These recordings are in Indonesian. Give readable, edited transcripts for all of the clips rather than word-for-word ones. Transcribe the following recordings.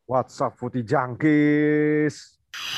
What's up, Putih Jangkis?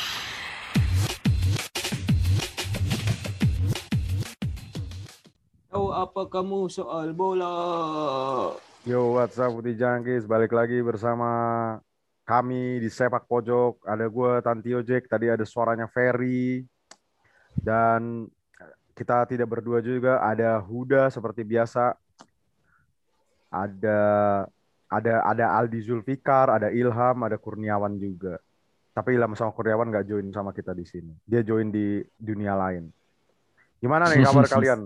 Tahu apa kamu soal bola? Yo, what's up, Putih Jangkis? Balik lagi bersama kami di Sepak Pojok. Ada gue, Tantio Jack. Tadi ada suaranya Ferry. Dan kita tidak berdua juga. Ada Huda seperti biasa. Ada ada Aldi Zulfikar, ada Ilham, ada Kurniawan juga. Tapi Ilham sama Kurniawan nggak join sama kita di sini. Dia join di dunia lain. Gimana nih kabar kalian?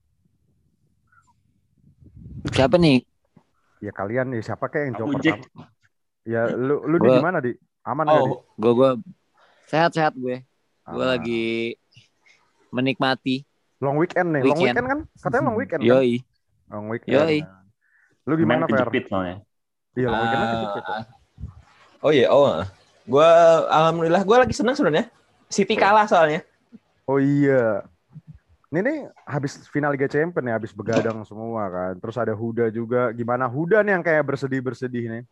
Siapa nih? Ya kalian nih siapa kayak yang jawab Aku pertama? Jack. Ya lu di Gua, gimana di? Aman gak di? gue sehat gue. Gue Aman. lagi menikmati Long weekend nih. Long weekend. weekend kan? Katanya long weekend kan? Yoi, Long weekend. yoi. Lu gimana, Main Fer? kejepit soalnya. Iya, long weekendnya kejepit tuh. Oh iya, gue alhamdulillah gue lagi senang sebenarnya. City kalah soalnya. Oh iya. Ini nih habis final Liga Champions ya, habis begadang semua kan. Terus ada Huda juga. Gimana Huda nih yang kayak bersedih-bersedih nih?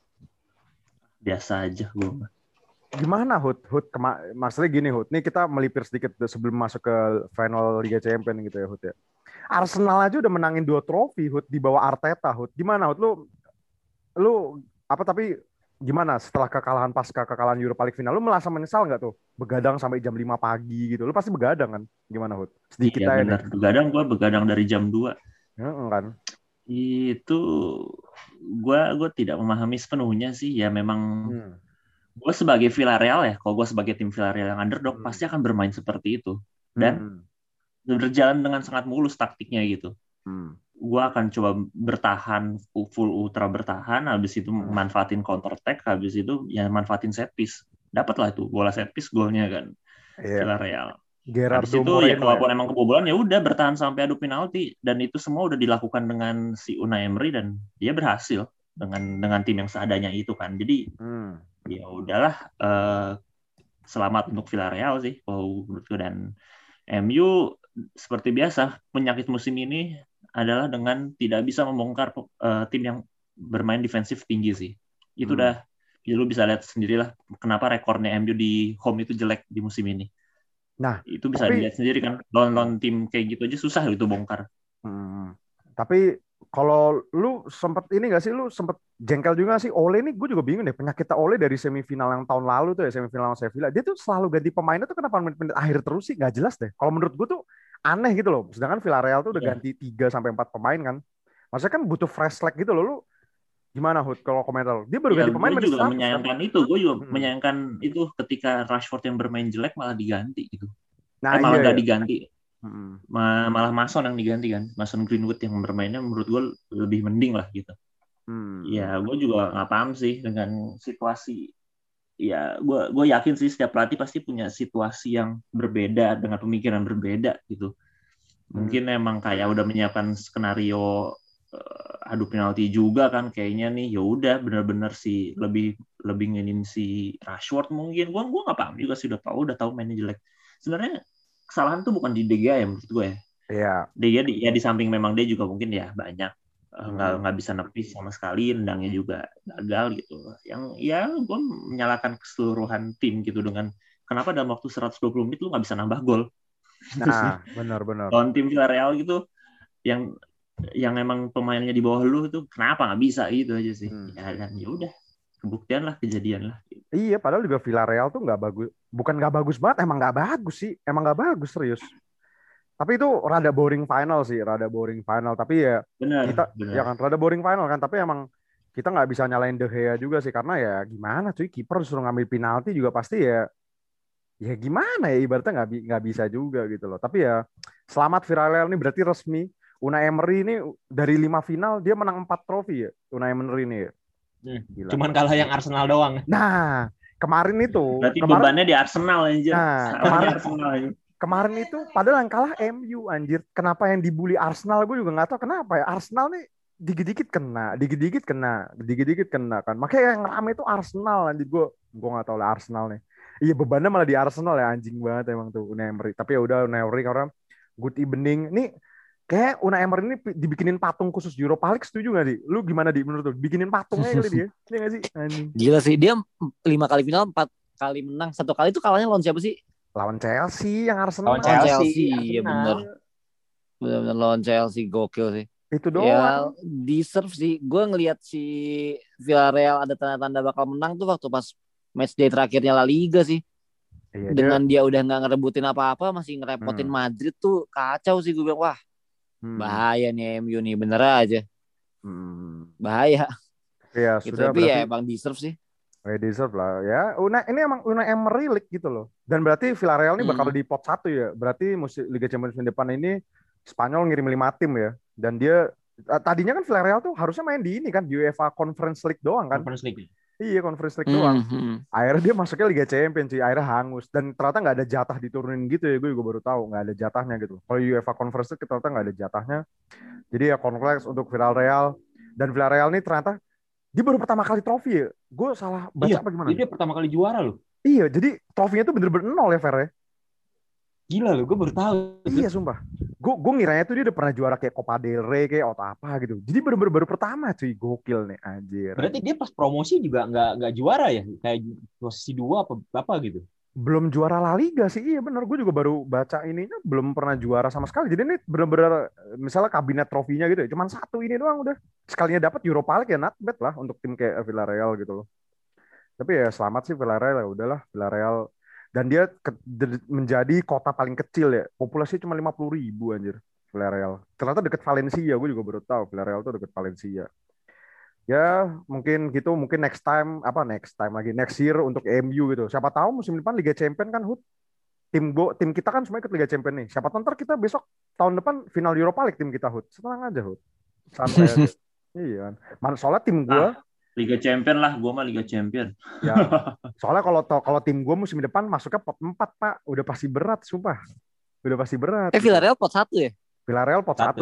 Biasa aja gue. Gimana Hud? Maksudnya gini Hud. Nih kita melipir sedikit sebelum masuk ke final Liga Champions gitu ya Hud ya. Arsenal aja udah menangin 2 trofi Hud di bawah Arteta Hud. Gimana Hud? Lu apa tapi gimana setelah pasca kekalahan Europa League final? Lu merasa menyesal nggak tuh? Begadang sampai jam 5 pagi gitu. Lu pasti begadang kan? Gimana Hud? Sedikit Iya aja benar. nih. Begadang dari jam 2. Kan? Itu gue tidak memahami sepenuhnya sih. Ya memang gue sebagai Villarreal ya. Kalau gue sebagai tim Villarreal yang underdog pasti akan bermain seperti itu. Dan berjalan dengan sangat mulus taktiknya gitu. Gue akan coba bertahan, full ultra bertahan, habis itu manfaatin counter attack, habis itu ya manfaatin set piece. Dapatlah itu bola set piece golnya kan. Villarreal. Habis itu ya walaupun emang kebobolan ya udah bertahan sampai adu penalti, dan itu semua udah dilakukan dengan si Unai Emery dan dia berhasil dengan tim yang seadanya itu kan. Jadi ya udahlah, selamat untuk Villarreal sih kalau menurutku. Dan MU seperti biasa penyakit musim ini adalah dengan tidak bisa membongkar tim yang bermain defensif tinggi sih. Itu udah ya lu bisa lihat sendirilah kenapa rekornya MU di home itu jelek di musim ini. Nah, itu bisa dilihat sendiri kan. Lawan tim kayak gitu aja susah itu bongkar. Tapi kalau lu sempet ini gak sih, lu sempet jengkel juga sih Ole nih, gue juga bingung deh penyakitnya Ole dari semifinal yang tahun lalu tuh ya, semifinal lawan Sevilla, dia tuh selalu ganti pemainnya tuh kenapa menit-menit akhir terus sih, gak jelas deh. Kalau menurut gue tuh aneh gitu loh, sedangkan Villarreal tuh udah ganti 3-4 pemain kan, maksudnya kan butuh fresh leg gitu loh. Lu gimana Hud kalau komentar? Dia baru ganti pemain menit 100 kan? Gue juga menyayangkan itu ketika Rashford yang bermain jelek malah diganti gitu. Malah nggak diganti. Malah Mason yang diganti kan, Mason Greenwood yang bermainnya menurut gue lebih mending lah gitu. Ya gue juga nggak paham sih dengan situasi. Ya gue yakin sih setiap pelatih pasti punya situasi yang berbeda dengan pemikiran berbeda gitu. Mungkin emang kayak udah menyiapkan skenario adu penalti juga kan kayaknya nih. Ya udah benar-benar sih lebih nginin si Rashford mungkin. Gue nggak paham juga sih, udah tahu mainnya jelek. Sebenarnya kesalahan tuh bukan di De Gea ya menurut gue ya. Iya. De Gea ya di samping memang dia juga mungkin ya banyak nggak bisa nepis sama sekali, nendangnya juga gagal gitu. Yang ya gue menyalahkan keseluruhan tim gitu dengan kenapa dalam waktu 120 menit lu nggak bisa nambah gol. Nah, benar. Lawan tim Villarreal gitu yang emang pemainnya di bawah lu itu kenapa nggak bisa gitu aja sih. Ya dan ya udah kebuktian lah, kejadian lah. Iya, padahal juga Villarreal tuh nggak bagus, bukan nggak bagus banget, emang nggak bagus sih, emang nggak bagus serius. Tapi itu rada boring final sih, rada boring final. Tapi ya benar. Ya kan rada boring final kan. Tapi emang kita nggak bisa nyalain De Gea juga sih, karena ya gimana cuy, kiper disuruh ngambil penalti juga pasti ya gimana ya, ibaratnya nggak bisa juga gitu loh. Tapi ya selamat Villarreal ini berarti resmi Unai Emery ini dari 5 final dia menang 4 trofi ya, Unai Emery ini ya. Gila. Cuman kalah yang Arsenal doang. Nah, kemarin itu berarti bebannya di Arsenal anjir. Nah, kemarin itu padahal yang kalah MU anjir. Kenapa yang dibully Arsenal gue juga nggak tahu kenapa ya. Arsenal nih dikit-dikit kena kan. Makanya yang rame itu Arsenal anjir. Gue nggak tahu lah Arsenal nih. Iya, bebannya malah di Arsenal ya, anjing banget emang tuh Unai Emery. Tapi ya udah, Unai Emery karena good evening. Nih Kayak Unai Emery ini dibikinin patung khusus Europa League, setuju nggak, Di? Lu gimana, Di, menurut lu? Bikinin patungnya kali dia. Iya nggak sih? Gila sih, dia 5 kali final, 4 kali menang. 1 kali itu kalahnya lawan siapa sih? Lawan Chelsea yang Arsenal. Lawan Chelsea. Iya bener. Bener-bener lawan Chelsea, gokil sih. Itu doang. Ya, deserve sih. Gue ngelihat si Villarreal ada tanda-tanda bakal menang tuh waktu pas match day terakhirnya La Liga sih. Iya, Dengan dia udah nggak ngerebutin apa-apa, masih ngerepotin Madrid tuh kacau sih. Gue bilang, wah bahaya nih MU nih, bener aja. Bahaya. Iya, gitu, sudah tapi berarti, ya emang deserve sih. Deserve lah ya. Ini emang Unai Emery League gitu loh. Dan berarti Villarreal ini bakal di pot 1 ya. Berarti Liga Champions depan ini Spanyol ngirim 5 tim ya. Dan dia tadinya kan Villarreal tuh harusnya main di ini kan, di UEFA Conference League doang kan. Conference League. Iya, Conference League doang. Akhirnya dia masuknya Liga Champions sih. Akhirnya hangus. Dan ternyata nggak ada jatah diturunin gitu ya. Gue juga baru tahu nggak ada jatahnya gitu. Kalau UEFA Conference League ternyata nggak ada jatahnya. Jadi ya kompleks untuk Villarreal. Dan Villarreal ini ternyata dia baru pertama kali trofi ya. Gue salah baca apa gimana? Dia pertama kali juara loh. Iya, jadi trofinya tuh bener-bener nol ya, Fer ya. Gila loh, gue baru tahu. Iya, sumpah. Gue ngiranya tuh dia udah pernah juara kayak Copa del Rey kayak atau apa gitu. Jadi bener-bener baru pertama cuy, gokil nih anjir. Berarti dia pas promosi juga nggak juara ya, kayak posisi 2 apa gitu. Belum juara La Liga sih, iya bener. Gue juga baru baca ininya belum pernah juara sama sekali. Jadi ini bener-bener misalnya kabinet trofinya gitu ya, cuman 1 ini doang udah. Sekalinya dapat Europa League ya not bad lah untuk tim kayak Villarreal gitu loh. Tapi ya selamat sih Villarreal, ya udahlah Villarreal. Dan dia menjadi kota paling kecil ya. Populasinya cuma 50.000 anjir. Villarreal. Ternyata deket Valencia. Gue juga baru tahu Villarreal tuh deket Valencia. Ya mungkin gitu. Mungkin next time lagi. Next year untuk MU gitu. Siapa tahu musim depan Liga Champion kan, Hud. Tim kita kan semua ikut Liga Champion nih. Siapa tahu ntar kita besok tahun depan final Europa League tim kita, Hud. Tenang aja, Hud. Santai aja. Iya kan. Soalnya tim gue Liga Champion lah, gue mah Liga Champion. Ya, soalnya kalau tim gue musim depan masuknya pot 4, Pak. Udah pasti berat, sumpah. Udah pasti berat. Villarreal pot 1 ya? Villarreal pot 1.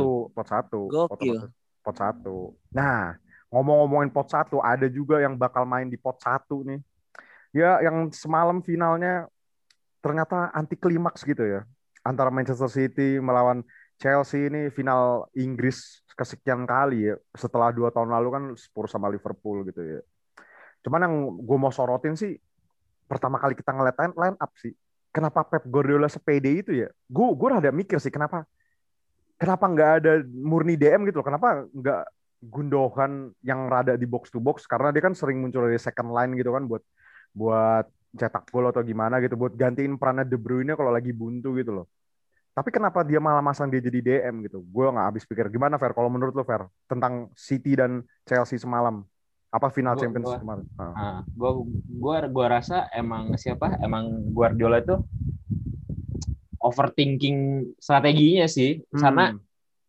Gokil. Pot 1. Nah, ngomong-ngomongin pot 1, ada juga yang bakal main di pot 1 nih. Ya, yang semalam finalnya ternyata anti klimaks gitu ya. Antara Manchester City melawan Chelsea, ini final Inggris kesekian kali ya. Setelah 2 tahun lalu kan Spurs sama Liverpool gitu ya. Cuman yang gue mau sorotin sih, pertama kali kita ngeliat line up sih, kenapa Pep Guardiola sepede itu ya? Gue rada mikir sih, kenapa nggak ada murni DM gitu loh? Kenapa nggak Gundogan yang rada di box to box? Karena dia kan sering muncul dari second line gitu kan, buat cetak gol atau gimana gitu, buat gantiin perannya De Bruyne kalau lagi buntu gitu loh. Tapi kenapa dia malah masang dia jadi DM gitu? Gue nggak habis pikir. Gimana, Fer? Kalau menurut lo, Fer, tentang City dan Chelsea semalam? Apa final Champions kemarin? Gue rasa emang Guardiola itu overthinking strateginya sih. Karena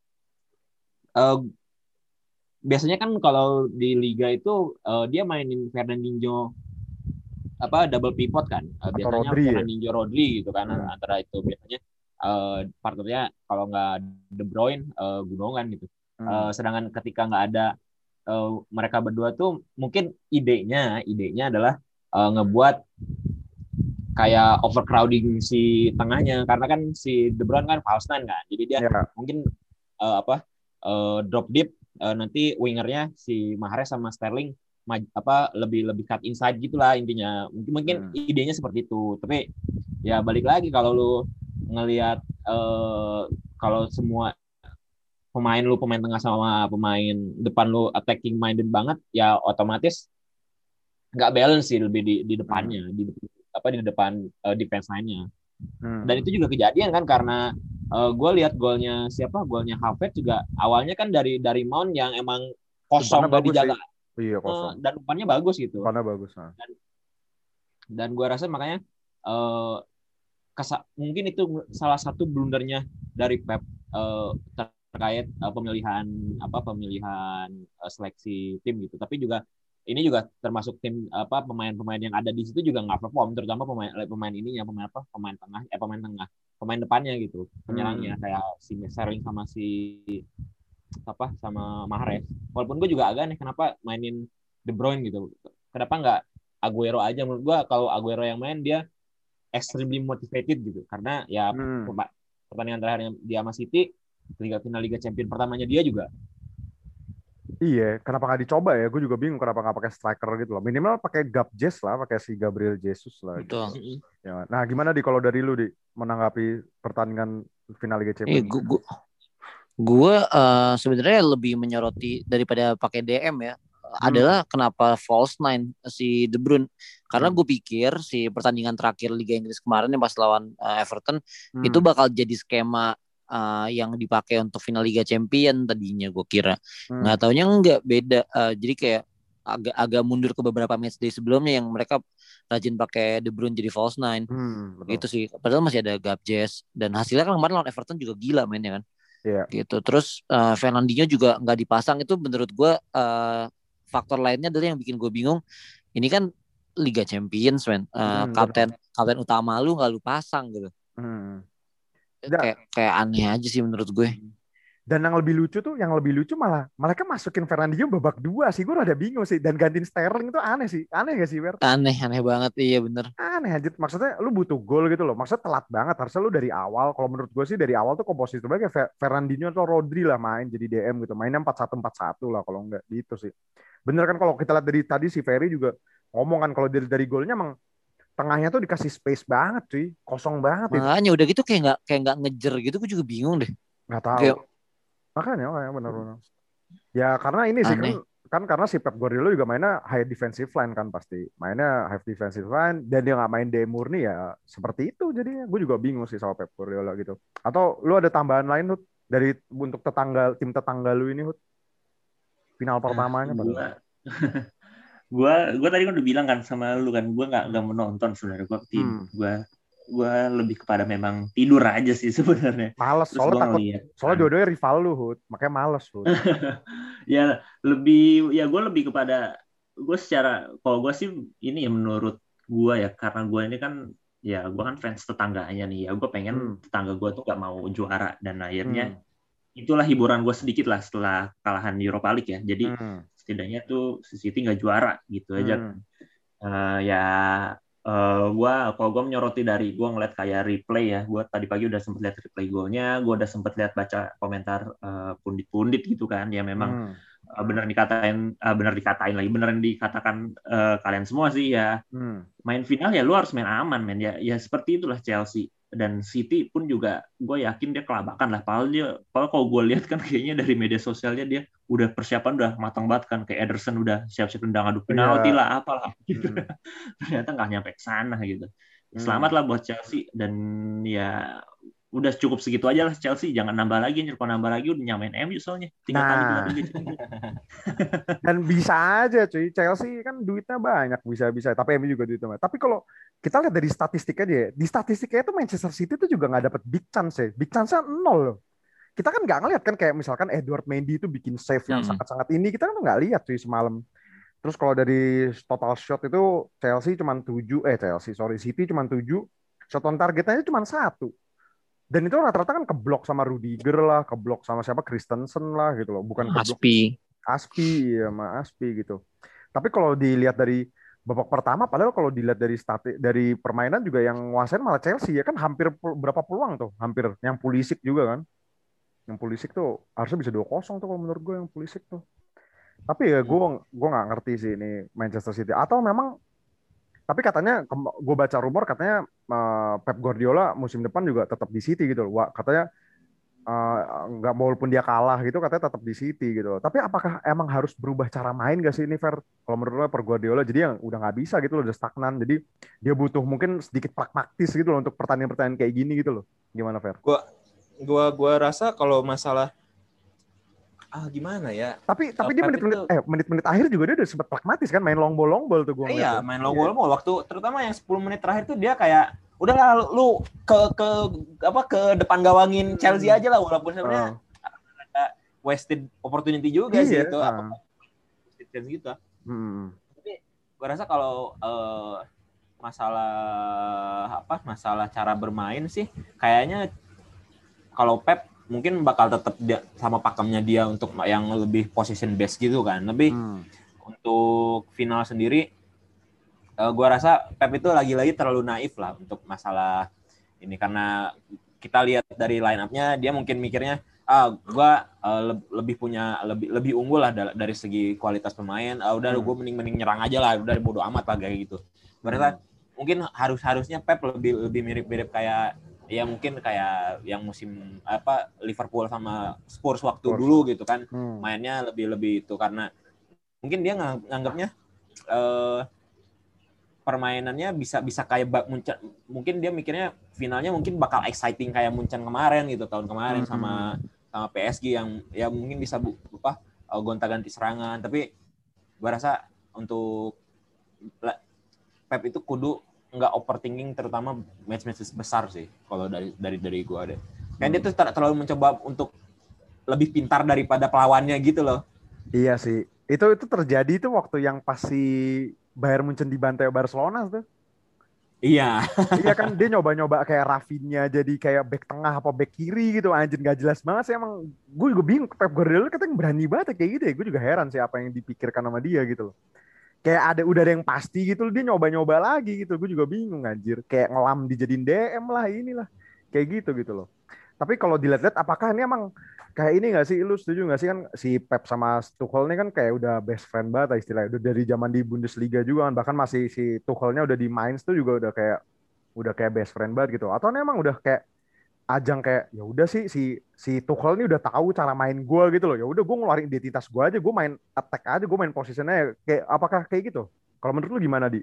biasanya kan kalau di Liga itu dia mainin Fernandinho double pivot kan. Biasanya Fernandinho Rodri gitu kan, antara itu biasanya partnernya kalau nggak De Bruyne, Gundogan gitu. Sedangkan ketika nggak ada mereka berdua tuh, mungkin idenya adalah ngebuat kayak overcrowding si tengahnya, karena kan si De Bruyne kan false nine kan, jadi dia mungkin drop deep, nanti wingernya si Mahrez sama Sterling lebih cut inside gitulah intinya. Mungkin idenya seperti itu. Tapi ya balik lagi, kalau lu ngelihat kalau semua pemain tengah sama pemain depan lu attacking minded banget, ya otomatis nggak balance sih, lebih di depannya, di depan defense line-nya. Dan itu juga kejadian kan, karena gue lihat golnya Havertz juga awalnya kan dari Mount yang emang kosong gak dijaga. Iya, kosong. Dan umpannya bagus gitu. Umpannya bagus. Dan gue rasa makanya mungkin itu salah satu blundernya dari Pep terkait pemilihan seleksi tim gitu. Tapi juga ini juga termasuk tim pemain-pemain yang ada di situ juga nggak perform, terutama pemain depannya gitu, penyerangnya kayak si Sterling sama sama Mahrez. Walaupun gue juga agak aneh kenapa mainin De Bruyne gitu. Kenapa nggak Aguero aja? Menurut gue kalau Aguero yang main, dia extremely motivated gitu, karena ya pertandingan terakhirnya dia sama City final Liga Champions pertamanya dia juga. Iya, kenapa nggak dicoba ya? Gue juga bingung kenapa nggak pakai striker gitu loh. Minimal pakai Gabjes lah, pakai si Gabriel Jesus lah. Betul. Gitu. Ya. Nah, gimana kalau dari lu menanggapi pertandingan final Liga Champions? Gue sebenarnya lebih menyoroti daripada pakai DM ya. Adalah kenapa false nine si De Bruyne, karena gue pikir si pertandingan terakhir Liga Inggris kemarin yang pas lawan Everton itu bakal jadi skema yang dipakai untuk final Liga Champion tadinya gue kira. Nggak taunya enggak, beda. Jadi kayak agak mundur ke beberapa matchday sebelumnya yang mereka rajin pakai De Bruyne jadi false nine. Gitu sih. Padahal masih ada Gabjes dan hasilnya kan kemarin lawan Everton juga gila mainnya kan. Gitu. Terus Fernandinho juga nggak dipasang, itu menurut gue faktor lainnya adalah yang bikin gue bingung. Ini kan Liga Champions, men. Kapten utama lu nggak lu pasang gitu. Kayak aneh aja sih menurut gue. Dan yang lebih lucu malah mereka masukin Fernandinho babak 2 sih. Gue rada bingung sih. Dan gantiin Sterling itu aneh sih. Aneh gak sih, Fer? Aneh banget. Iya bener. Aneh aja. Maksudnya lu butuh gol gitu loh. Maksudnya telat banget. Harusnya lu dari awal. Kalau menurut gue sih dari awal tuh komposisi terbaik kayak Fernandinho atau Rodri lah main jadi DM gitu. Mainnya 4-1-4-1 lah kalau enggak gitu sih. Bener kan kalau kita lihat dari tadi si Ferry juga ngomong kan kalau dari golnya emang tengahnya tuh dikasih space banget cuy. Kosong banget. Makanya udah gitu kayak nggak ngejer gitu. Gue juga bingung deh. Nggak tahu. Makanya benar-benar. Ya karena ini sih kan karena si Pep Guardiola juga mainnya high defensive line kan pasti. Mainnya high defensive line dan dia nggak main DM murni ya seperti itu jadinya. Gue juga bingung sih sama Pep Guardiola gitu. Atau lu ada tambahan lain Hud dari untuk tim tetangga lu ini Hud? Final pertamanya gue tadi kan udah bilang kan sama lu kan, gue nggak menonton sebenarnya gue lebih kepada memang tidur aja sih sebenarnya. Males soalnya dua-duanya rival lu Hud, makanya males Hud. Ya gue lebih kepada kalau gue sih ini ya menurut gue ya, karena gue ini kan ya gue kan fans tetangganya nih ya, gue pengen tetangga gue tuh gak mau juara dan akhirnya itulah hiburan gue sedikit lah setelah kalahan Europa League ya. Jadi setidaknya tuh City nggak juara gitu aja. Kalau gue menyoroti dari gue ngeliat kayak replay ya, gue tadi pagi udah sempet lihat replay golnya, gue udah sempet lihat baca komentar pundit-pundit gitu kan, ya memang beneran dikatakan kalian semua sih ya, main final ya lu harus main aman men ya seperti itulah Chelsea. Dan City pun juga gue yakin dia kelabakan lah. Padahal kalau gue lihat kan kayaknya dari media sosialnya dia udah persiapan udah matang banget kan, kayak Ederson udah siap-siap tendang adu penalti lah apalah gitu. Ternyata nggak nyampe ke sana gitu. Selamat lah buat Chelsea dan ya udah cukup segitu aja lah Chelsea, jangan nambah lagi, kalau nambah lagi udah nyamain MU soalnya tinggal dan bisa aja cuy, Chelsea kan duitnya banyak, bisa tapi MU juga duitnya banyak. Tapi kalau kita lihat dari statistik aja, di statistiknya itu Manchester City itu juga nggak dapat big chance nya 0 loh. Kita kan nggak ngeliat kan kayak misalkan Edward Mendy itu bikin save yang sangat-sangat ini, kita kan nggak lihat cuy semalam. Terus kalau dari total shot itu City cuma 7, shot on targetnya cuma 1. Dan itu rata-rata kan keblok sama Rudiger lah, keblok sama siapa, Christensen lah gitu loh, bukan keblok Aspi gitu. Tapi kalau dilihat dari babak pertama, padahal kalau dilihat dari permainan juga yang nguasain malah Chelsea ya kan, hampir berapa peluang tuh, hampir yang Pulisic juga kan. Yang Pulisic tuh harusnya bisa 2-0 tuh kalau menurut gue yang Pulisic tuh. Tapi ya gue nggak ngerti sih ini Manchester City atau memang. Tapi katanya, gue baca rumor katanya Pep Guardiola musim depan juga tetap di City gitu loh. Katanya nggak walaupun dia kalah gitu, katanya tetap di City gitu loh. Tapi apakah emang harus berubah cara main gak sih ini, Fer? Kalau menurut lo Pep Guardiola, jadi yang udah nggak bisa gitu loh, udah stagnan. Jadi dia butuh mungkin sedikit pragmatis gitu loh untuk pertandingan-pertandingan kayak gini gitu loh. Gimana, Fer? Gua rasa kalau masalah gimana ya? Tapi dia menit-menit akhir juga dia udah sempat pragmatis kan, main long ball tuh gue. Iya, main long ball waktu terutama yang 10 menit terakhir tuh dia kayak udahlah lu ke depan gawangin Chelsea aja lah, walaupun sebenarnya ada wasted opportunity juga sih itu wasted chance gitu. Tapi gue rasa kalau masalah cara bermain sih kayaknya kalau Pep mungkin bakal tetap sama pakemnya dia untuk yang lebih position based gitu kan. Lebih untuk final sendiri, gue rasa Pep itu lagi-lagi terlalu naif lah untuk masalah ini, karena kita lihat dari line up-nya dia mungkin mikirnya Gua lebih lebih unggul lah dari segi kualitas pemain. Udah gue mending nyerang aja lah, udah bodo amat lah kayak gitu. Berarti mungkin harusnya Pep lebih mirip-mirip kayak ya mungkin kayak yang musim Liverpool sama Spurs waktu dulu gitu kan. Mainnya lebih itu karena mungkin dia nganggapnya permainannya bisa kayak Munchen. Mungkin dia mikirnya finalnya mungkin bakal exciting kayak Munchen kemarin gitu, tahun kemarin sama PSG yang ya mungkin bisa gonta-ganti serangan. Tapi gue rasa untuk Pep itu kudu nggak overthinking terutama match-match besar sih kalau dari gue deh. Kayak dia tuh terlalu mencoba untuk lebih pintar daripada pelawannya gitu loh. Iya sih. Itu terjadi tuh waktu yang pas si Bayern Munchen dibantai Barcelona tuh. Iya. Iya kan dia nyoba-nyoba kayak Rafinha jadi kayak back tengah apa back kiri gitu, anjir nggak jelas banget sih emang. Gue juga bingung, Pep Guardiola katanya berani banget kayak gitu ya. Gue juga heran sih apa yang dipikirkan sama dia gitu loh. Kayak udah ada yang pasti gitu, dia nyoba-nyoba lagi gitu. Gue juga bingung anjir. Kayak ngelam dijadiin DM lah inilah. Kayak gitu loh. Tapi kalau dilihat-lihat apakah ini emang kayak ini nggak sih, lu setuju nggak sih kan si Pep sama Tuchel ini kan kayak udah best friend banget istilahnya, udah dari zaman di Bundesliga juga kan, bahkan masih si Tuchelnya udah di Mainz tuh juga udah kayak best friend banget gitu, atau ini emang udah kayak ajang kayak ya udah sih si Tuchel ini udah tahu cara main gue gitu loh, ya udah gue ngeluarin identitas gue aja, gue main attack aja, gue main positionnya kayak apakah kayak gitu? Kalau menurut lu gimana Di?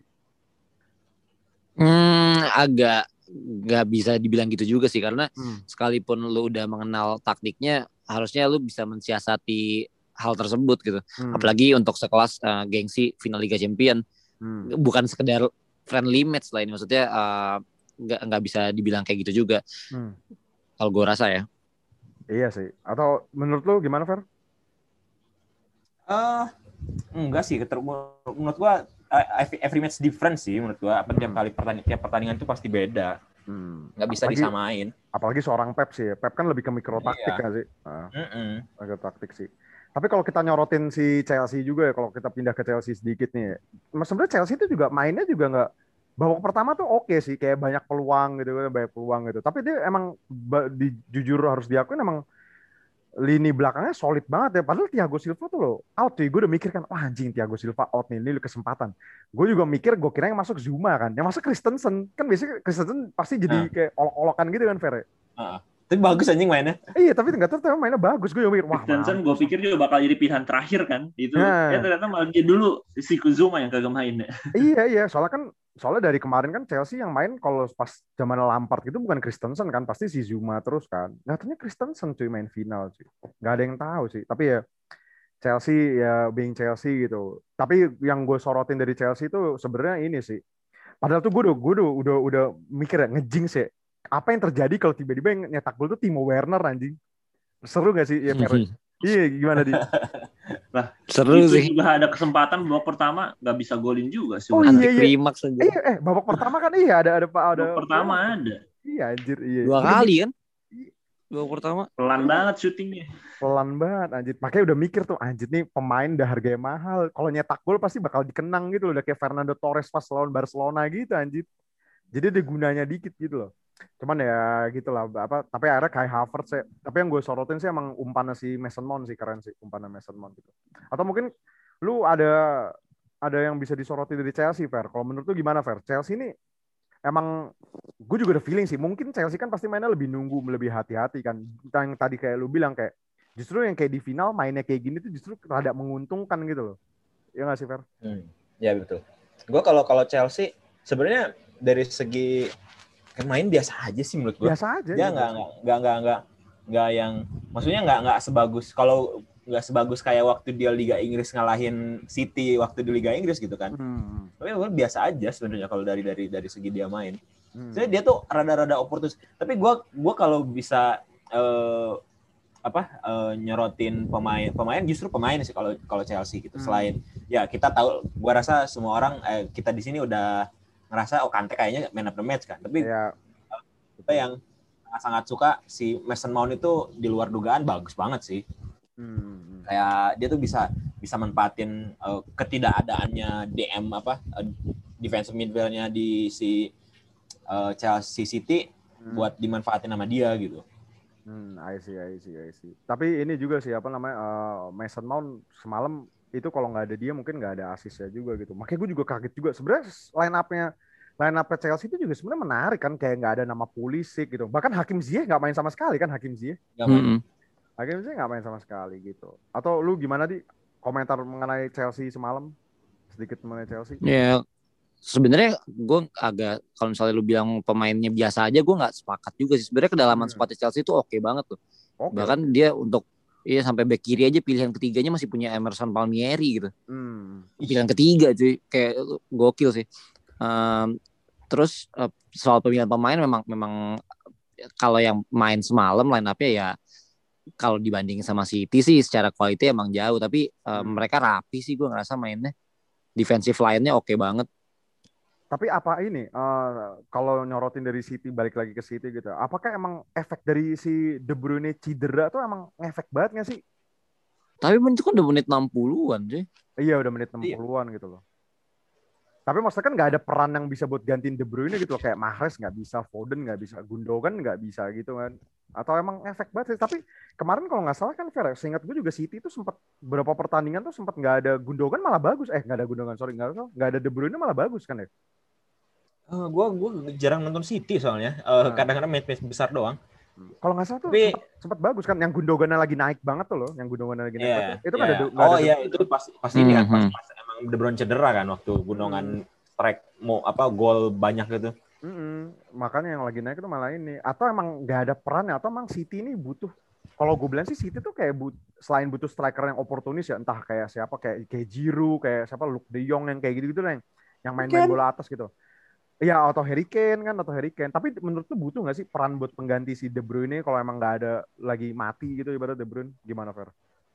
Agak nggak bisa dibilang gitu juga sih, karena sekalipun lu udah mengenal taktiknya, harusnya lu bisa mensiasati hal tersebut gitu. Apalagi untuk sekelas gengsi final Liga Champion, bukan sekedar friendly match lah ini, maksudnya nggak bisa dibilang kayak gitu juga. Kalau gue rasa ya. Iya sih. Atau menurut lu gimana, Fer? Enggak sih. Menurut gue every match different sih menurut gue. Tiap pertandingan itu pasti beda. Nggak bisa disamain. Apalagi seorang Pep sih. Pep kan lebih ke mikro taktik nggak sih? Mikro taktik sih. Tapi kalau kita nyorotin si Chelsea juga ya, kalau kita pindah ke Chelsea sedikit nih. Sebenarnya Chelsea itu juga mainnya juga nggak, babak pertama tuh oke sih, kayak banyak peluang gitu. Tapi dia emang jujur harus diakuin emang lini belakangnya solid banget ya. Padahal Thiago Silva tuh loh out tuh. Gue udah mikir kan, wah anjing Thiago Silva out nih, ini kesempatan. Gue juga mikir, gue kira yang masuk Zuma kan, yang masuk Christensen. Kan biasanya Christensen pasti jadi kayak olok-olokan gitu kan, Fer. Tapi bagus anjing mainnya. Iya, tapi nggak tahu mainnya bagus. Gue mikir, wah. Christensen gue pikir juga bakal jadi pilihan terakhir kan. Itu ternyata malah dia dulu si Zuma yang kagak main. Iya. Soalnya dari kemarin kan Chelsea yang main kalau pas zaman Lampard gitu bukan Christensen kan, pasti si Zuma terus kan. Nah, ternyata Christensen cuy main final cuy. Nggak ada yang tahu sih. Tapi ya Chelsea ya being Chelsea gitu. Tapi yang gue sorotin dari Chelsea itu sebenarnya ini sih. Padahal tuh gue udah mikir ya, ngejing sih. Apa yang terjadi kalau tiba-tiba yang nyetak gol tuh Timo Werner anjing. Seru gak sih? Ya, iya, gimana Di? Lah, seru sih. Juga ada kesempatan babak pertama nggak bisa golin juga sih. Anti klimaks aja. Babak pertama kan ada babak pertama ada. Iya anjir, iya. 2 kali kan? Babak pertama. Pelan banget syutingnya. Pelan banget anjir. Makanya udah mikir tuh anjir nih pemain udah harganya mahal. Kalau nyetak gol pasti bakal dikenang gitu loh, udah kayak Fernando Torres pas lawan Barcelona gitu anjir. Jadi ada gunanya dikit gitu loh. Cuman ya gitulah tapi akhirnya Kai Havertz sih. Tapi yang gue sorotin sih emang umpannya si Mason Mount sih, keren sih umpannya Mason Mount gitu. Atau mungkin lu ada yang bisa disoroti dari Chelsea, Fer. Kalau menurut lu gimana, Fer? Chelsea ini emang gue juga ada feeling sih, mungkin Chelsea kan pasti mainnya lebih nunggu, lebih hati-hati kan. Yang tadi kayak lu bilang kayak justru yang kayak di final mainnya kayak gini tuh justru rada menguntungkan gitu loh. Iya nggak sih, Fer? Ya betul. Gue kalau Chelsea sebenarnya dari segi main biasa aja sih menurut gue. Biasa aja. Dia nggak yang maksudnya nggak sebagus kalau nggak sebagus kayak waktu dia Liga Inggris ngalahin City waktu di Liga Inggris gitu kan. Tapi biasa aja sebenarnya kalau dari segi dia main. Jadi dia tuh rada-rada oportunis. Tapi gue kalau bisa nyorotin pemain justru pemain sih kalau Chelsea gitu. Selain ya kita tahu, gue rasa semua orang kita di sini udah ngerasa Kante kayaknya man of the match kan. Tapi kita yang sangat suka si Mason Mount itu di luar dugaan bagus banget sih. Kayak dia tuh bisa manfaatin ketidakadaannya DM defensive midfield-nya di si Chelsea City buat dimanfaatin sama dia gitu. I see. Tapi ini juga sih apa namanya Mason Mount semalam itu kalau nggak ada dia mungkin nggak ada asisnya juga gitu. Makanya gue juga kaget juga. Sebenarnya line up Chelsea itu juga sebenarnya menarik kan, kayak nggak ada nama Pulisic gitu. Bahkan Hakim Ziyech nggak main sama sekali kan, Hakim Ziyech. Hakim Ziyech nggak main sama sekali gitu. Atau lu gimana di komentar mengenai Chelsea semalam? Sedikit mengenai Chelsea. Ya, sebenarnya gue agak, kalau misalnya lu bilang pemainnya biasa aja, gue nggak sepakat juga sih. Sebenarnya kedalaman squadnya Chelsea itu oke banget tuh. Bahkan dia untuk sampai back kiri aja pilihan ketiganya masih punya Emerson Palmieri gitu. Pilihan ketiga cuy, kayak gokil sih. Terus soal pemilihan pemain memang kalau yang main semalam line up-nya ya kalau dibanding sama City sih secara quality emang jauh, tapi mereka rapi sih gue ngerasa mainnya. Defensive line-nya oke banget. Tapi apa ini kalau nyorotin dari City balik lagi ke City gitu, apakah emang efek dari si De Bruyne cedera tuh emang ngefek banget nggak sih? Tapi itu kan udah menit 60-an sih. Iya udah menit 60-an gitu loh. Tapi maksudnya kan nggak ada peran yang bisa buat gantiin De Bruyne gitu loh, kayak Mahrez nggak bisa, Foden nggak bisa, Gundogan nggak bisa gitu kan? Atau emang efek banget sih? Tapi kemarin kalau nggak salah kan Fer, seingat gue juga City itu sempat beberapa pertandingan tuh sempat nggak ada Gundogan malah bagus, nggak ada Gundogan sorry nggak ada De Bruyne malah bagus kan ya? Gue jarang nonton City soalnya, kadang-kadang match besar doang. Kalau nggak salah tuh sempat bagus kan, yang Gundogannya lagi naik banget tuh loh, yang Gundogannya lagi naik banget. Itu kan ada. Itu pasti ini kan pas emang De Bruyne cedera kan waktu Gundogan strike gol banyak gitu. Makanya yang lagi naik itu malah ini. Atau emang nggak ada perannya, atau emang City ini butuh. Kalau gue bilang sih City tuh kayak selain butuh striker yang oportunis ya, entah kayak siapa, kayak Giroud, kayak siapa, Luke De Jong yang kayak gitu-gitu lah, yang main-main bola atas gitu. Iya, atau Harry Kane. Tapi menurut lu butuh nggak sih peran buat pengganti si De Bruyne kalau emang nggak ada lagi mati gitu ibarat De Bruyne? Gimana, Fer?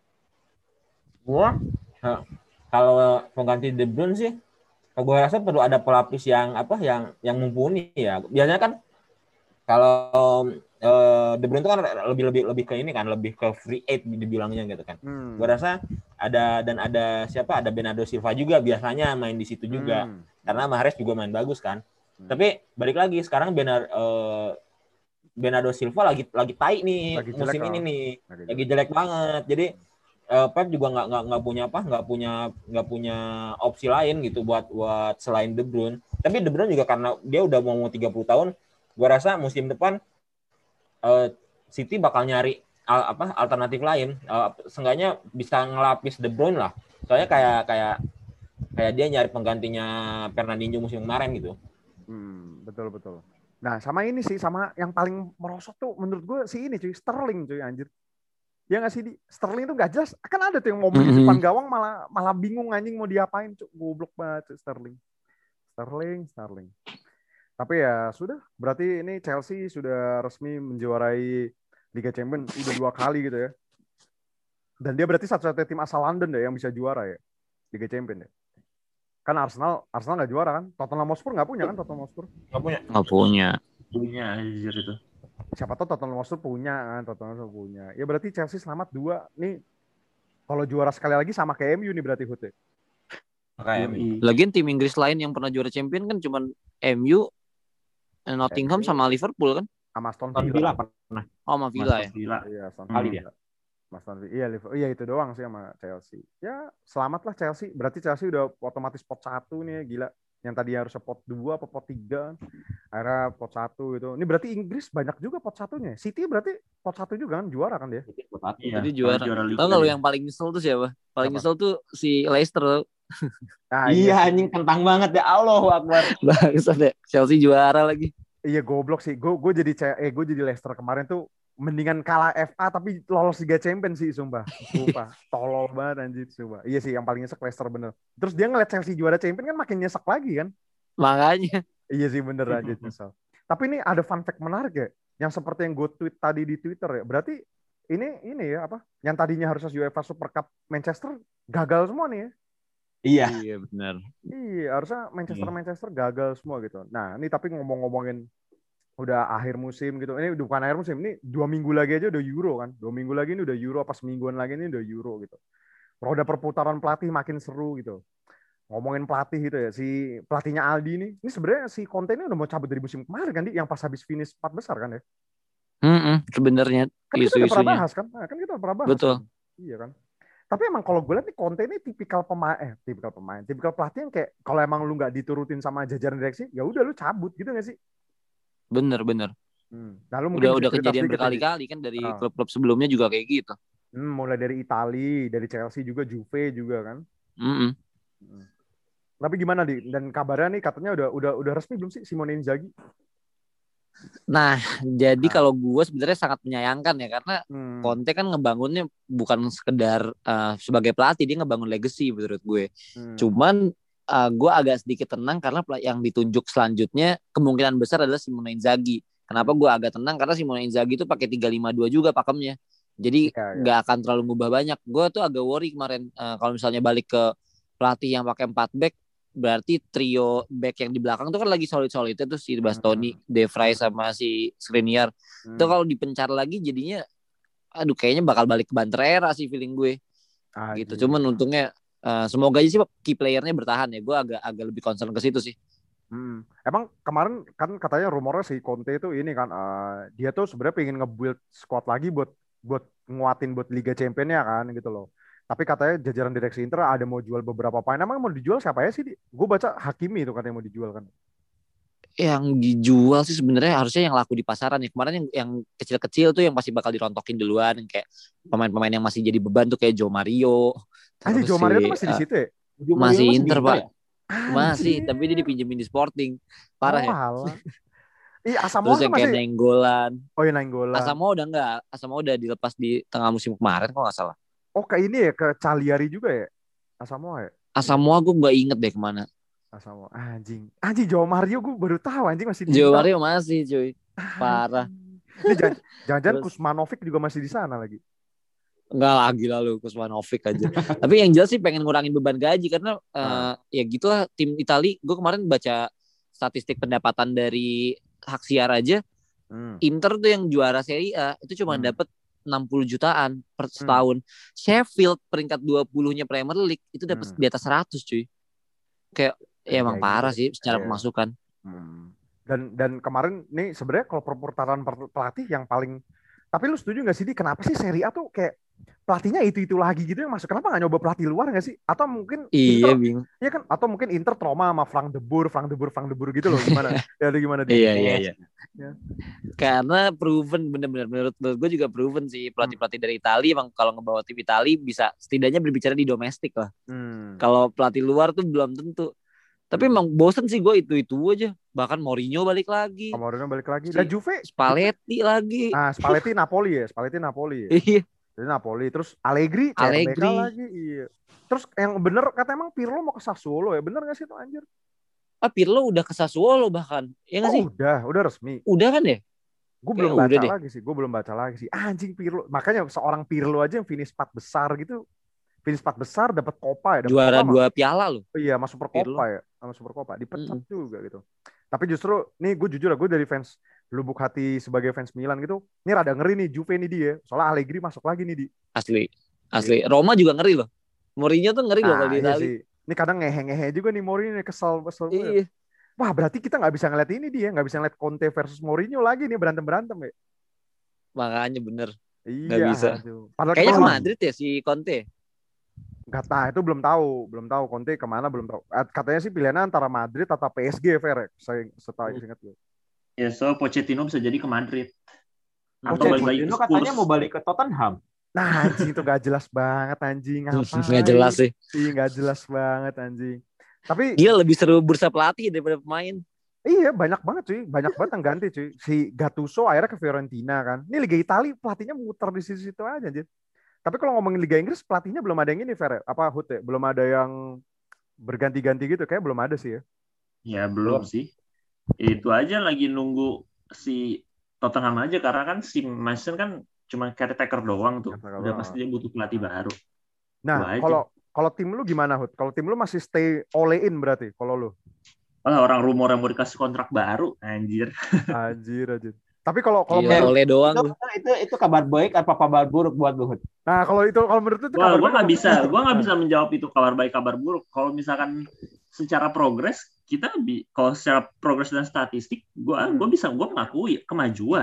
Kalau pengganti De Bruyne sih, gue rasa perlu ada pelapis yang mumpuni ya. Biasanya kan kalau De Bruyne itu kan lebih ke ini kan, lebih ke free agent dibilangnya gitu kan. Gue rasa ada Bernardo Silva juga biasanya main di situ juga. Karena Mahrez juga main bagus kan. Tapi balik lagi sekarang Bernardo Silva lagi tai nih musim ini nih. Lagi jelek banget. Jadi Pep juga nggak punya opsi lain gitu buat selain De Bruyne. Tapi De Bruyne juga karena dia udah mau 30 tahun, gue rasa musim depan City bakal nyari alternatif lain. Seenggaknya bisa ngelapis De Bruyne lah. Soalnya kayak dia nyari penggantinya Fernandinho musim kemarin gitu. Betul. Nah, sama ini sih, sama yang paling merosot tuh menurut gue si ini cuy, Sterling cuy anjir. Ya nggak sih di Sterling tuh nggak jelas. Kan ada tuh yang mau beli depan gawang malah bingung anjing mau diapain cuy. Goblok banget cuy, Sterling. Tapi ya sudah, berarti ini Chelsea sudah resmi menjuarai Liga Champions udah 2 kali gitu ya. Dan dia berarti satu-satunya tim asal London deh yang bisa juara ya Liga Champions ya. Kan Arsenal nggak juara kan? Tottenham Hotspur nggak punya kan? Nggak punya. Punya anjir itu. Siapa tahu Tottenham Hotspur punya. Ya berarti Chelsea selamat 2. Nih kalau juara sekali lagi sama kayak MU nih berarti Hute. Lagian tim Inggris lain yang pernah juara champion kan cuman MU, Nottingham sama Liverpool kan? Sama Aston Villa pernah. Sama Villa ya. Iya, Aston Villa. Iya itu doang sih sama Chelsea. Ya selamat lah Chelsea. Berarti Chelsea udah otomatis pot 1 nih, gila. Yang tadi harusnya pot 2 apa pot 3. Akhirnya pot 1 gitu. Ini berarti Inggris banyak juga pot 1-nya. City berarti pot 1 juga kan, juara kan dia? Jadi juara. Tahu nggak lu yang paling nyesel tuh siapa? Paling nyesel tuh si Leicester. Iya anjing, kentang banget ya, Allahu Akbar. Bangsat deh, Chelsea juara lagi. Iya goblok sih. Gue jadi Leicester kemarin tuh mendingan kalah FA tapi lolos Liga Champions sih sumpah. Tolol banget anjir sumpah. Iya sih yang paling nyesek Leicester bener. Terus dia ngeliat Chelsea juara Champions kan makin nyesek lagi kan. Makanya. Iya sih bener aja nyesel. Tapi ini ada fun fact menarik ya. Yang seperti yang gue tweet tadi di Twitter ya. Berarti ini ya apa? Yang tadinya harusnya UEFA Super Cup Manchester gagal semua nih ya. Iya benar. Iya harusnya Manchester gagal semua gitu. Nah ini tapi ngomongin udah akhir musim gitu. Ini bukan akhir musim, ini 2 minggu lagi aja udah Euro kan. 2 minggu lagi ini udah Euro, apa semingguan lagi ini udah Euro gitu. Roda perputaran pelatih makin seru gitu. Ngomongin pelatih gitu ya, si pelatihnya Aldi ini sebenarnya si Conte ini udah mau cabut dari musim kemarin kan, yang pas habis finish 4 besar kan ya. Sebenarnya kan kita udah pernah bahas kan? Nah, kan kita pernah bahas. Betul. Kan? Iya kan. Tapi emang kalau gue lihat nih Conte ini tipikal pelatih yang kayak kalau emang lu nggak diturutin sama jajaran direksi, ya udah lu cabut gitu nggak sih? Bener. Nah, lu mungkin udah kejadian berkali-kali kan dari klub-klub sebelumnya juga kayak gitu. Mulai dari Italia, dari Chelsea juga, Juve juga kan. Tapi gimana dan kabarnya nih katanya udah resmi belum sih Simone Inzaghi? Nah, jadi kalau gue sebenarnya sangat menyayangkan ya karena Conte kan ngebangunnya bukan sekedar sebagai pelatih, dia ngebangun legacy menurut gue. Cuman gue agak sedikit tenang karena yang ditunjuk selanjutnya kemungkinan besar adalah Simone Inzaghi. Kenapa gue agak tenang? Karena Simone Inzaghi itu pakai 3-5-2 juga pakemnya. Jadi nggak akan terlalu ngubah banyak. Gue tuh agak worry kemarin kalau misalnya balik ke pelatih yang pakai 4 back, berarti trio back yang di belakang tuh kan lagi solid-solidnya tuh si Bastoni, De Vrij sama si Skriniar. Itu kalau dipencar lagi jadinya aduh kayaknya bakal balik ke Banter era sih feeling gue. Gitu. Cuman untungnya semoga aja sih key playernya bertahan ya. Gue agak lebih concern ke situ sih. Emang kemarin kan katanya rumornya si Conte itu ini kan dia tuh sebenarnya pengen nge-build squad lagi buat nguatin buat Liga Champions-nya kan gitu loh. Tapi katanya jajaran direksi Inter ada mau jual beberapa pemain. Emang mau dijual siapa ya sih? Gue baca Hakimi itu katanya mau dijual kan. Yang dijual sih sebenarnya harusnya yang laku di pasaran ya. Kemarin yang kecil-kecil tuh yang pasti bakal dirontokin duluan, kayak pemain-pemain yang masih jadi beban tuh kayak Joe Mario. Joe Mario tuh masih di situ ya? Masih Inter, Pak. Masih, tapi dia dipinjemin di Sporting. Parah ya. Asamoah terus yang kayak Nainggolan. Oh ya Nainggolan. Asamoah udah enggak. Asamoah udah dilepas di tengah musim kemarin kalau nggak salah. Oh kayak ini ya, ke Cagliari juga ya? Asamoah ya? Asamoah gue nggak inget deh kemana. Asamoah, anjing Joe Mario gue baru tahu anjing masih di Joe Mario masih cuy. Parah. Ini jangan-jangan Kuzmanovic juga masih di sana lagi. Enggak lagi lalu Kuzmanovic aja. Tapi yang jelas sih pengen ngurangin beban gaji karena ya gitulah tim Italia. Gue kemarin baca statistik pendapatan dari Haksiar aja. Inter tuh yang juara Serie A itu cuma dapat 60 jutaan per setahun. Sheffield peringkat 20-nya Premier League itu dapat di atas 100 cuy. Kayak ya emang parah sih secara pemasukan. Dan kemarin nih sebenarnya kalau perputaran pelatih yang paling, tapi lu setuju nggak sih kenapa sih Serie A tuh kayak pelatihnya itu lagi gitu yang masuk? Kenapa nggak nyoba pelatih luar nggak sih? Atau mungkin Inter, iya kan? Atau mungkin Inter trauma sama Frank de Boer gitu loh, gimana? Gimana dia? Iya. Ya. Karena proven bener-bener menurut gue juga proven sih pelatih-pelatih dari Italia emang kalau ngebawa tim Italia bisa setidaknya berbicara di domestik lah. Kalau pelatih luar tuh belum tentu. Tapi emang bosen sih gue itu aja. Bahkan Mourinho balik lagi. Dan Juve Spalletti lagi. Spalletti Napoli ya. Iya. Jadi Napoli, terus Allegri lagi. Iya. Terus yang bener kata emang Pirlo mau ke Sassuolo ya. Bener gak sih itu anjir? Pirlo udah ke Sassuolo bahkan. Ya gak sih? Udah resmi. Udah kan ya? Gue belum baca lagi sih. Anjing Pirlo. Makanya seorang Pirlo aja yang finish 4 besar gitu. Finish 4 besar dapat Copa ya. Juara 2 piala loh. Iya, masuk Super Copa ya. Sama Super Copa. Dipecat juga gitu. Tapi justru nih gue jujur gue dari fans lubuk hati sebagai fans Milan gitu, ini rada ngeri nih Juve nih dia. Soalnya Allegri masuk lagi nih di. Asli. Roma juga ngeri loh. Mourinho tuh ngeri loh kalau di Italia. Ini kadang ngehe juga nih Mourinho kesel. Iya. Wah berarti kita nggak bisa ngeliat ini dia, nggak bisa ngeliat Conte versus Mourinho lagi nih berantem ya. Makanya bener. Iya. Nggak bisa. Kayaknya ke Madrid ya si Conte. Nggak tahu, itu belum tahu Conte kemana belum tahu. Katanya sih pilihannya antara Madrid atau PSG, Fer. Saya ingat gue. Ya, so Pochettino bisa jadi ke Madrid. Atau Pochettino katanya mau balik ke Tottenham. Nah, anjing itu gak jelas banget anjing. Nggak jelas sih. Iya, nggak jelas banget anjing. Tapi dia lebih seru bursa pelatih daripada pemain. Iya, banyak banget cuy. Banyak banget yang ganti cuy. Si Gattuso akhirnya ke Fiorentina kan. Ini Liga Italia pelatihnya muter di situ aja anjir. Tapi kalau ngomongin Liga Inggris pelatihnya belum ada yang ini, Fer. Apa Hut ya? Belum ada yang berganti-ganti gitu. Kayak belum ada sih ya. Ya, belum sih. Itu aja lagi nunggu si Tottenham aja karena kan si Mason kan cuma caretaker doang tuh. Udah pasti dia butuh pelatih baru. Nah, kalau tim lu gimana, Hut? Kalau tim lu masih stay all in berarti kalau lu? Orang rumor yang mau dikasih kontrak baru, anjir. Anjir. Tapi kalau oleh doang itu kabar baik apa kabar buruk buat lu, Hut? Nah, kalau menurut itu kabar gue nggak bisa menjawab itu kabar baik kabar buruk. Kalau misalkan secara progres kita kalau secara progres dan statistik gue mengakui kemajuan.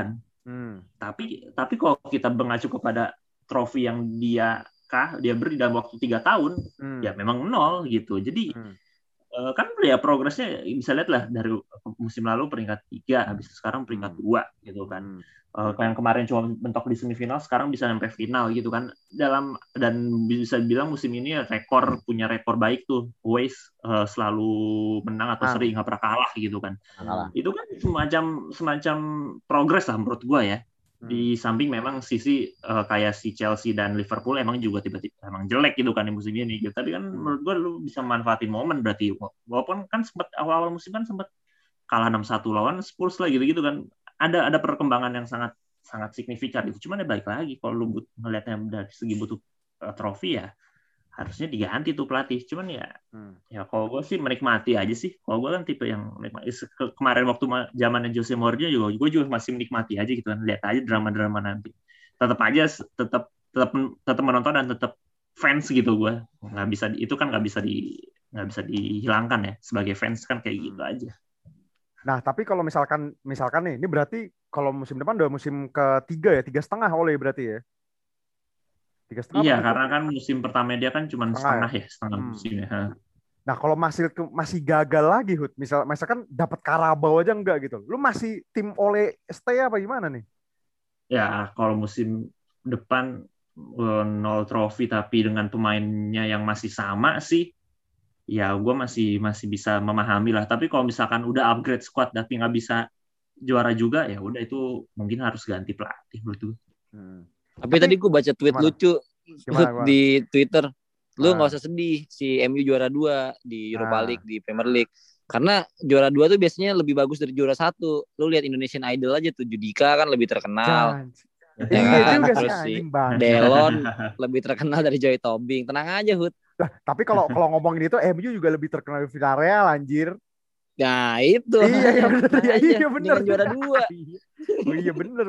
Tapi kalau kita mengacu kepada trofi yang dia beri dalam waktu 3 tahun, ya memang 0 gitu. Jadi kan ya progresnya bisa lihat lah dari musim lalu peringkat 3, habis sekarang peringkat 2 gitu kan. Yang kemarin cuma mentok di semifinal, sekarang bisa sampai final gitu kan. Dan bisa bilang musim ini punya rekor baik tuh. Always selalu menang atau sering nggak pernah kalah gitu kan. Itu kan semacam progres lah menurut gua ya. Di samping memang sisi kayak si Chelsea dan Liverpool emang juga tiba-tiba emang jelek gitu kan di musim ini gitu. Tapi kan menurut gua lu bisa manfaatin momen berarti. Walaupun kan sempat awal-awal musim kan sempat kalah 6-1 lawan Spurs lah gitu-gitu kan. Ada perkembangan yang sangat signifikan itu. Cuman ya balik lagi kalau lu ngelihatnya dari segi butuh trofi ya harusnya diganti tuh pelatih. Cuman ya kalau gue sih menikmati aja sih. Kalau gue kan tipe yang menikmati. Kemarin waktu zamannya Jose Mourinho juga gue juga masih menikmati aja gitu kan. Lihat aja drama-drama nanti. Tetap menonton dan tetap fans gitu gue. Nggak bisa itu kan nggak bisa dihilangkan ya sebagai fans kan kayak gitu aja. Nah, tapi kalau misalkan nih, ini berarti kalau musim depan udah musim ketiga ya, 3,5 Ole berarti ya? 3,5. Iya, karena kan musim pertama dia kan cuma setengah musim ya. Nah, kalau masih gagal lagi, Hud, misalkan dapat Carabao aja enggak gitu, lu masih tim Ole stay apa gimana nih? Ya, kalau musim depan 0 trofi tapi dengan pemainnya yang masih sama sih, ya gue masih bisa memahami lah. Tapi kalau misalkan udah upgrade squad tapi nggak bisa juara juga, ya udah itu mungkin harus ganti pelatih menurut gue. Tapi tadi gue baca tweet lucu di Twitter. Lu nggak usah sedih si MU juara 2 di Europa League, di Premier League. Karena juara 2 tuh biasanya lebih bagus dari juara 1. Lu lihat Indonesian Idol aja tuh, Judika kan lebih terkenal. Ya kan? Terus si Delon lebih terkenal dari Joy Tobing. Tenang aja, Hud. Lah, tapi kalau ngomongin itu MU juga lebih terkenal di Villarreal anjir. Nah, itu. Iya benar. Dengan juara 2. Oh iya benar.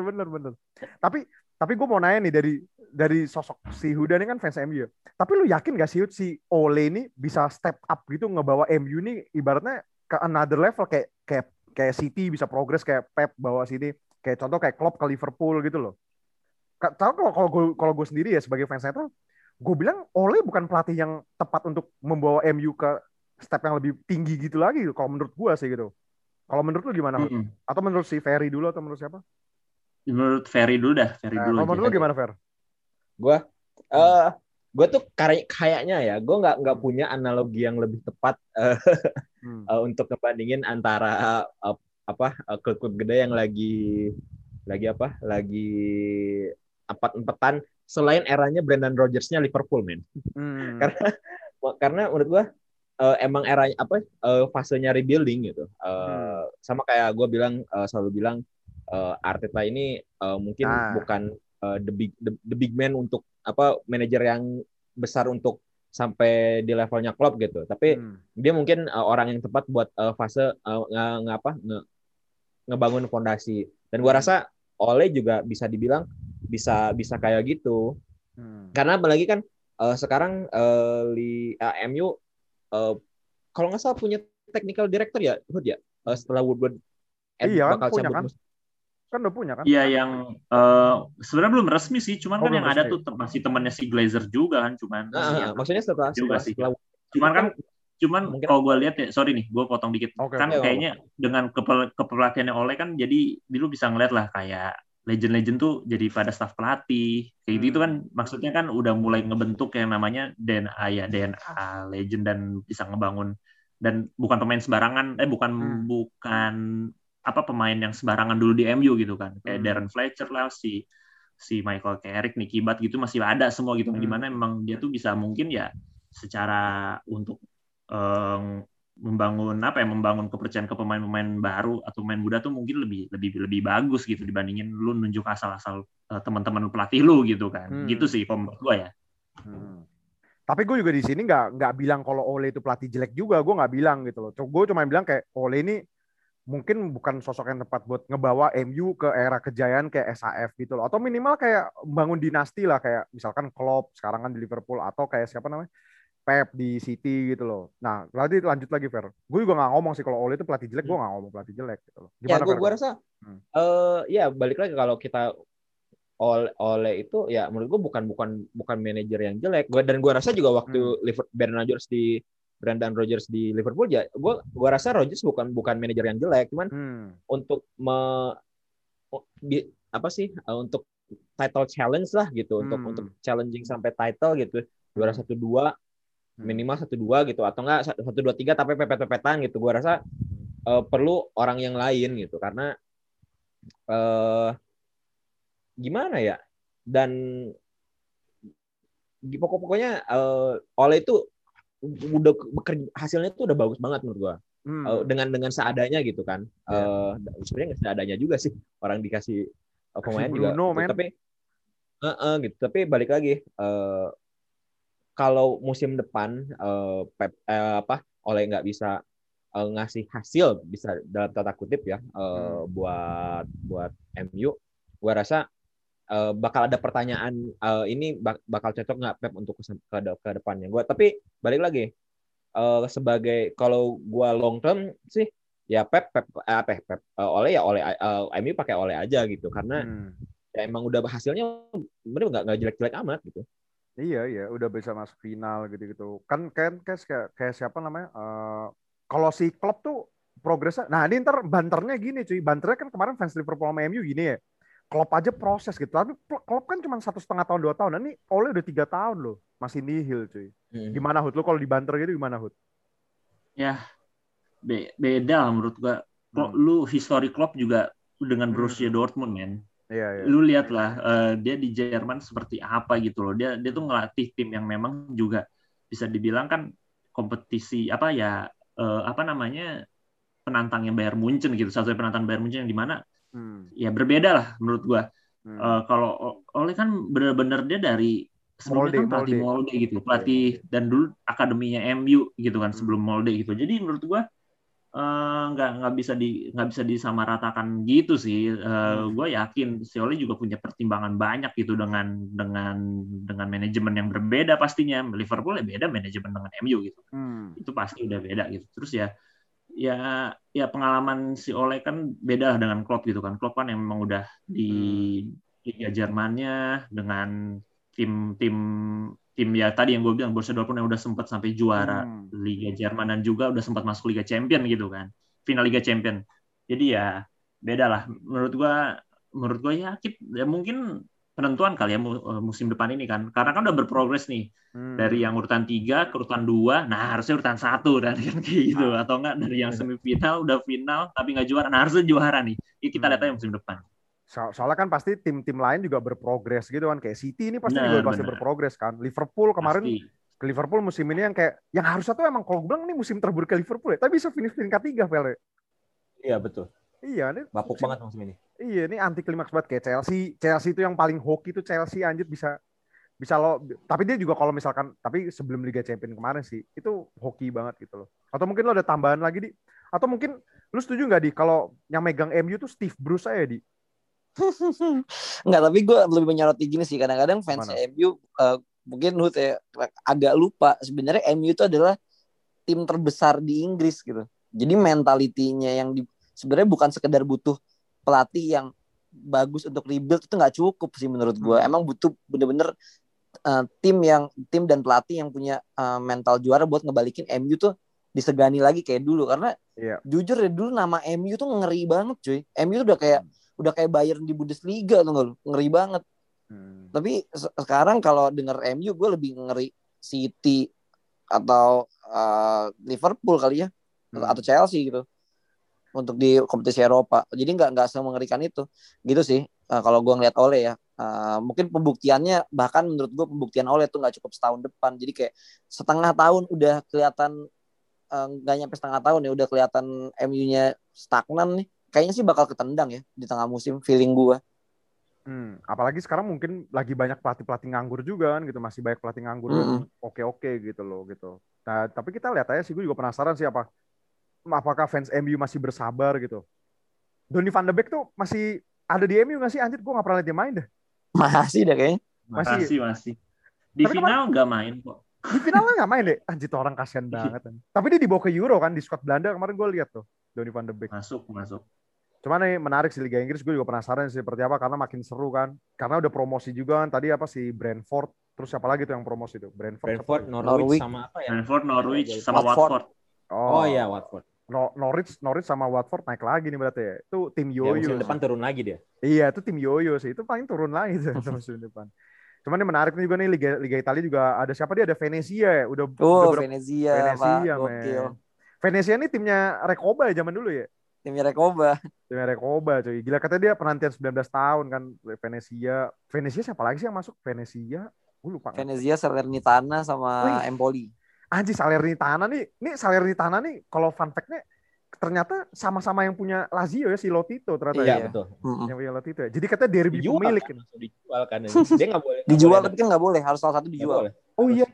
Tapi gue mau nanya nih dari sosok si Huda ini kan fans MU. Tapi lu yakin gak sih si Ole ini bisa step up gitu ngebawa MU ini ibaratnya ke another level kayak City bisa progres kayak Pep bawa sini, kayak contoh kayak Klopp ke Liverpool gitu loh. Tahu kalau gue sendiri ya sebagai fans itu, gue bilang Ole bukan pelatih yang tepat untuk membawa MU ke step yang lebih tinggi gitu lagi. Kalau menurut gue sih gitu. Kalau menurut lu gimana? Atau menurut si Ferry dulu atau menurut siapa? Menurut Ferry dulu dah. Kalau menurut lu gimana, Fer? Gue tuh kayaknya ya, gue nggak punya analogi yang lebih tepat untuk ngebandingin antara klub-klub gede yang lagi empat-empatan selain eranya Brendan Rodgers-nya Liverpool, men. Karena menurut gue emang eranya fasenya rebuilding gitu. Sama kayak gue selalu bilang Arteta ini mungkin bukan the big man untuk manajer yang besar untuk sampai di levelnya Klopp gitu. Tapi dia mungkin orang yang tepat buat fase ngebangun fondasi. Dan gue rasa Ole juga bisa dibilang bisa kayak gitu. Karena apalagi kan sekarang MU kalau nggak salah punya technical director ya, Hud ya. Setelah Woodward bakal punya cabut. Kan udah punya kan? Iya, yang sebenarnya belum resmi sih, cuman kan yang ada tuh masih temannya si Glazer juga kan, cuman. Maksudnya setelah Cuman kalau gue lihat ya, sorry nih, gue potong dikit. Kayaknya dengan kepelatihannya Ole kan, jadi dulu bisa ngeliat lah kayak legend-legend tuh jadi pada staf pelatih. Kayak gitu kan, maksudnya kan udah mulai ngebentuk yang namanya DNA legend dan bisa ngebangun. Dan bukan pemain sembarangan, bukan pemain yang sembarangan dulu di MU gitu kan. Kayak Darren Fletcher lah, si Michael Carrick, Nicky Butt gitu masih ada semua gitu. Dimana memang dia tuh bisa mungkin ya secara untuk membangun kepercayaan ke pemain-pemain baru atau pemain muda tuh mungkin lebih bagus gitu dibandingin lu nunjuk asal-asal teman-teman pelatih lu gitu kan. Gitu sih menurut gue ya. Tapi gue juga di sini nggak bilang kalau Ole itu pelatih jelek juga, gue nggak bilang gitu loh. Gue cuma bilang kayak Ole ini mungkin bukan sosok yang tepat buat ngebawa MU ke era kejayaan kayak SAF gitu loh. Atau minimal kayak bangun dinasti lah, kayak misalkan Klopp sekarang kan di Liverpool, atau kayak siapa namanya Pep di City gitu loh. Nah, berarti lanjut lagi Fer. Gue juga nggak ngomong sih kalau Ole itu pelatih jelek, gue nggak ngomong pelatih jelek gitu loh. Gimana Fer? Gue rasa ya balik lagi kalau kita Ole itu ya menurut gue bukan manajer yang jelek. Dan gue rasa juga waktu Brendan Rodgers di Liverpool ya, gue rasa Rodgers bukan manajer yang jelek, cuman untuk untuk title challenge lah gitu, untuk challenging sampai title gitu, juara 1-2 minimal 1-2 gitu, atau enggak 1-2-3 tapi pepet-pepetan gitu. Gue rasa perlu orang yang lain gitu, karena gimana ya, dan pokoknya Ole itu udah bekerja, hasilnya itu udah bagus banget menurut gue. Dengan seadanya gitu kan. Sebenarnya nggak seadanya juga sih, orang dikasih pemain juga gitu. Tapi tapi balik lagi, kalau musim depan Ole nggak bisa ngasih hasil, bisa dalam tanda kutip ya, buat MU, gue rasa bakal ada pertanyaan, ini bakal cocok nggak Pep untuk ke depannya. Tapi balik lagi, sebagai kalau gue long term sih ya Pep Ole MU pakai Ole aja gitu, karena ya emang udah hasilnya bener nggak jelek-jelek amat gitu. Iya, udah bisa masuk final gitu. Kan kayak siapa namanya? Kalau si Klopp tuh progresnya, nah ini ntar banternya gini cuy, banternya kan kemarin fans Liverpool sama MU gini ya, Klopp aja proses gitu, tapi Klopp kan cuma 1,5 tahun 2 tahun, nah ini Ole udah 3 tahun loh, masih nihil cuy. Gimana Hud, lo kalau dibanter gitu gimana Hud? Ya beda lah menurut gua. Lu history Klopp juga dengan Borussia Dortmund men. Iya. Lu lihat lah dia di Jerman seperti apa gitu loh. Dia tuh ngelatih tim yang memang juga bisa dibilang kan kompetisi penantangnya Bayern Munchen gitu. Satu penantang Bayern Munchen yang di mana ya berbeda lah menurut gua. Kalau Ole kan benar-benar dia dari sebelumnya kan pelatih Molde gitu, pelatih dan dulu akademinya MU gitu kan sebelum Molde gitu. Jadi menurut gua nggak bisa disamaratakan gitu sih. Gue yakin si Ole juga punya pertimbangan banyak gitu dengan manajemen yang berbeda pastinya. Liverpool ya beda manajemen dengan MU gitu. Itu pasti udah beda gitu. Terus ya pengalaman si Ole kan beda lah dengan Klopp gitu kan. Klopp kan yang memang udah di Liga Jermannya dengan tim ya tadi yang gue bilang Borussia Dortmund yang udah sempat sampai juara Liga Jerman dan juga udah sempat masuk Liga Champion gitu kan, final Liga Champion. Jadi ya beda lah menurut gue ya mungkin penentuan kali ya musim depan ini kan, karena kan udah berprogres nih dari yang urutan 3 ke urutan 2, nah harusnya urutan 1 dan kan kayak gitu, atau enggak dari yang semifinal udah final tapi nggak juara, nah harusnya juara nih. Jadi kita lihat aja musim depan. Soalnya kan pasti tim-tim lain juga berprogres gitu kan, kayak City ini pasti pasti berprogres kan. Liverpool kemarin ke Liverpool musim ini yang harusnya tuh emang kalau gue bilang ini musim terburuk ke Liverpool ya, tapi bisa finish peringkat 3 Vel. Iya betul. Iya nih. Bapuk banget musim ini. Iya ini anti klimaks banget kayak Chelsea itu yang paling hoki itu Chelsea anjir bisa lo, tapi dia juga kalau misalkan tapi sebelum Liga Champions kemarin sih itu hoki banget gitu loh. Atau mungkin lo ada tambahan lagi atau mungkin lu setuju nggak kalau yang megang MU tuh Steve Bruce aja Enggak, tapi gue lebih menyoroti gini sih, kadang-kadang fans MU mungkin agak lupa sebenarnya MU itu adalah tim terbesar di Inggris gitu. Jadi mentalitinya yang sebenarnya bukan sekedar butuh pelatih yang bagus untuk rebuild, itu nggak cukup sih menurut gue. Emang butuh bener-bener tim dan pelatih yang punya mental juara buat ngebalikin MU tuh disegani lagi kayak dulu, karena jujur ya dulu nama MU tuh ngeri banget cuy. MU tuh udah kayak Bayern di Bundesliga tuh nggak, ngeri banget. Tapi sekarang kalau denger MU gue lebih ngeri City atau Liverpool kali ya, atau Chelsea gitu untuk di kompetisi Eropa. Jadi nggak semengerikan itu gitu sih. Kalau gue ngeliat Ole ya, mungkin pembuktiannya bahkan menurut gue pembuktian Ole tuh nggak cukup setahun depan. Jadi kayak setengah tahun udah kelihatan, nggak nyampe setengah tahun ya udah kelihatan MU-nya stagnan nih. Kayaknya sih bakal ketendang ya di tengah musim, feeling gue. Apalagi sekarang mungkin lagi banyak pelatih nganggur juga kan gitu, masih banyak pelatih nganggur yang oke gitu loh gitu. Nah tapi kita lihat aja sih, gue juga penasaran sih apakah fans MU masih bersabar gitu. Donny van de Beek tuh masih ada di MU nggak sih anjir? Gue nggak pernah lihat dia main deh. Masih deh kayaknya. Masih. Di tapi final nggak main kok. Di finalnya nggak main deh. Anjir tuh orang kasihan banget. Tapi dia dibawa ke Euro kan di squad Belanda kemarin gue lihat tuh. Donny van de Beek. Masuk. Cuman nih menarik sih Liga Inggris, gue juga penasaran sih seperti apa karena makin seru kan. Karena udah promosi juga kan. Tadi apa sih Brentford, terus siapa lagi tuh yang promosi tuh? Brentford Norwich sama apa ya? Brentford, Norwich sama Watford. Oh iya, Watford. Norwich sama Watford naik lagi nih berarti ya. Itu tim yoyo. Ya, musim depan turun lagi dia. Iya, itu tim yoyo sih. Itu paling turun lagi tuh musim depan. Cuman ini menarik juga nih Liga Italia juga ada siapa dia? Ada Venezia ya. Udah Venezia, Pak. Gokil. Venezia ini timnya Recoba ya zaman dulu ya. Timnya Recoba cuy. Gila katanya dia penantian 19 tahun kan Venezia siapa lagi sih yang masuk? Venezia gue lupa. Venezia, Salernitana sama Empoli. Anjir Salernitana nih kalau fun fact-nya ternyata sama-sama yang punya Lazio ya si Lotito ternyata. Iya betul. Yang punya Lotito ya. Jadi katanya derby pemilik kan. Dijual kan. Dia nggak boleh. Dijual tapi kan nggak boleh, harus salah satu dijual. Oh iya.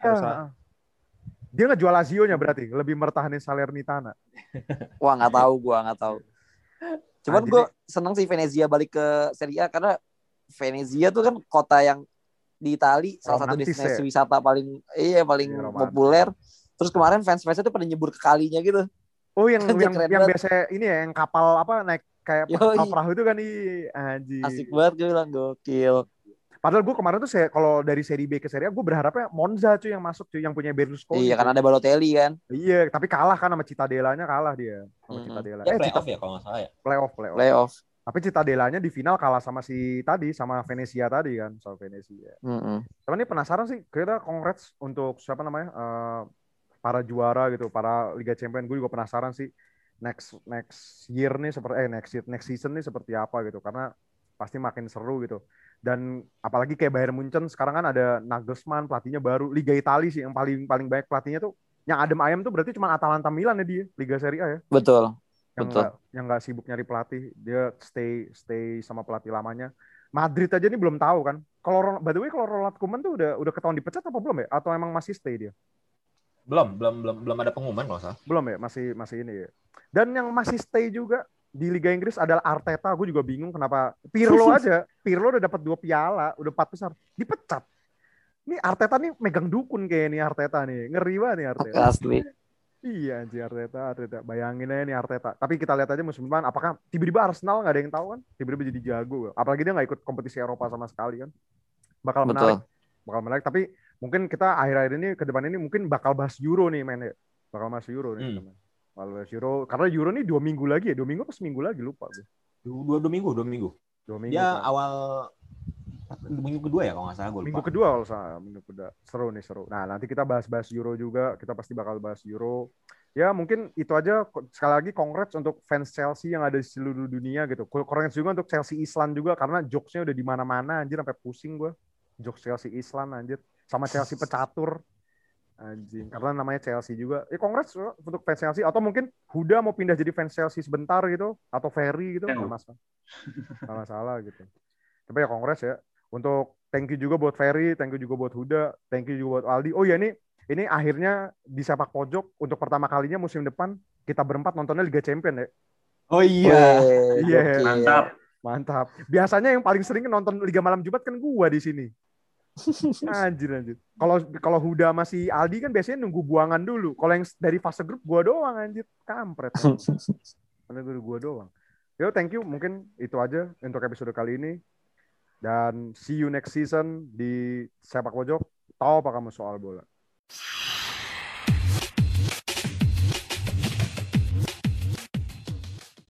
Dia nggak jual Lazio-nya berarti, lebih mertahanin Salernitana. Wah nggak tahu. Cuman gue seneng sih Venezia balik ke Serie A karena Venezia tuh kan kota yang di Itali salah satu destinasi wisata paling populer. Terus kemarin fans-fansnya tuh pada nyebur ke kalinya gitu. Oh yang biasa ini ya yang kapal apa naik kayak kapal perahu itu kan anjir. Asik banget gue bilang gokil. Padahal gue kemarin tuh kalau dari seri B ke seri A gue berharapnya Monza cuy yang masuk cuy yang punya Berlusconi. Iya, karena ada Balotelli kan. Iya, tapi kalah kan sama Cittadella-nya kalah dia. Sama Cittadella. Playoff ya kalau nggak salah ya. Playoff. Tapi Cittadella-nya di final kalah sama sama Venezia tadi kan, sama Venezia. Cuman ini penasaran sih, kira congrats untuk siapa namanya? Para juara gitu, para Liga Champions. Gue juga penasaran sih next year nih seperti next season nih seperti apa gitu karena pasti makin seru gitu. Dan apalagi kayak Bayern Munchen sekarang kan ada Nagelsmann pelatihnya baru. Liga Italia sih yang paling banyak pelatihnya tuh yang adem ayam tuh berarti cuma Atalanta Milan ya dia Liga Serie A ya. Betul. Yang nggak sibuk nyari pelatih, dia stay sama pelatih lamanya. Madrid aja nih belum tahu kan. Kalau by the way kalau Ronald Koeman tuh udah ketahuan dipecat apa belum ya? Atau emang masih stay dia? Belum ada pengumuman kalau salah. Belum ya, masih ini ya. Dan yang masih stay juga di Liga Inggris adalah Arteta. Gue juga bingung kenapa Pirlo udah dapat 2 piala, udah 4 besar, dipecat. Ini Arteta nih megang dukun kayak nih Arteta nih. Ngeri banget nih Arteta. Asli. Iya anjir Arteta. Bayangin aja nih Arteta. Tapi kita lihat aja musim depan apakah tiba-tiba Arsenal nggak ada yang tahu kan? Tiba-tiba jadi jago. Apalagi dia nggak ikut kompetisi Eropa sama sekali kan. Bakal menarik. Tapi mungkin kita akhir-akhir ini ke depan ini mungkin bakal bahas Euro nih men ya. Bakal bahas Euro nih teman. Kalau Euro, karena Euro nih 2 minggu lagi ya, 2 minggu apa seminggu lagi lupa gue. 2 minggu. Dia awal minggu kedua ya kalau nggak salah gue lupa. Minggu kedua. Seru. Nah nanti kita bahas Euro juga, kita pasti bakal bahas Euro. Ya mungkin itu aja. Sekali lagi congrats untuk fans Chelsea yang ada di seluruh dunia gitu. Congrats juga untuk Chelsea Island juga karena jokesnya udah di mana-mana anjir sampai pusing gue. Jokes Chelsea Island anjir, sama Chelsea pecatur. Anjing, karena namanya Chelsea juga. Congrats untuk fans Chelsea. Atau mungkin Huda mau pindah jadi fans Chelsea sebentar gitu. Atau Ferry gitu. Nggak masalah gitu. Tapi ya congrats ya. Untuk thank you juga buat Ferry. Thank you juga buat Huda. Thank you juga buat Aldi. Oh ya ini akhirnya di Sepak Pojok. Untuk pertama kalinya musim depan kita berempat nontonnya Liga Champions ya. Oh iya. Iya. Mantap. Biasanya yang paling sering nonton Liga Malam Jumat kan gua di sini. Anjir. Kalau Huda masih Aldi kan biasanya nunggu buangan dulu. Kalau yang dari fase grup gua doang anjir, kampret. Karena gua doang. Yo, thank you. Mungkin itu aja untuk episode kali ini. Dan see you next season di Sepak Pojok. Tahu apa kamu soal bola?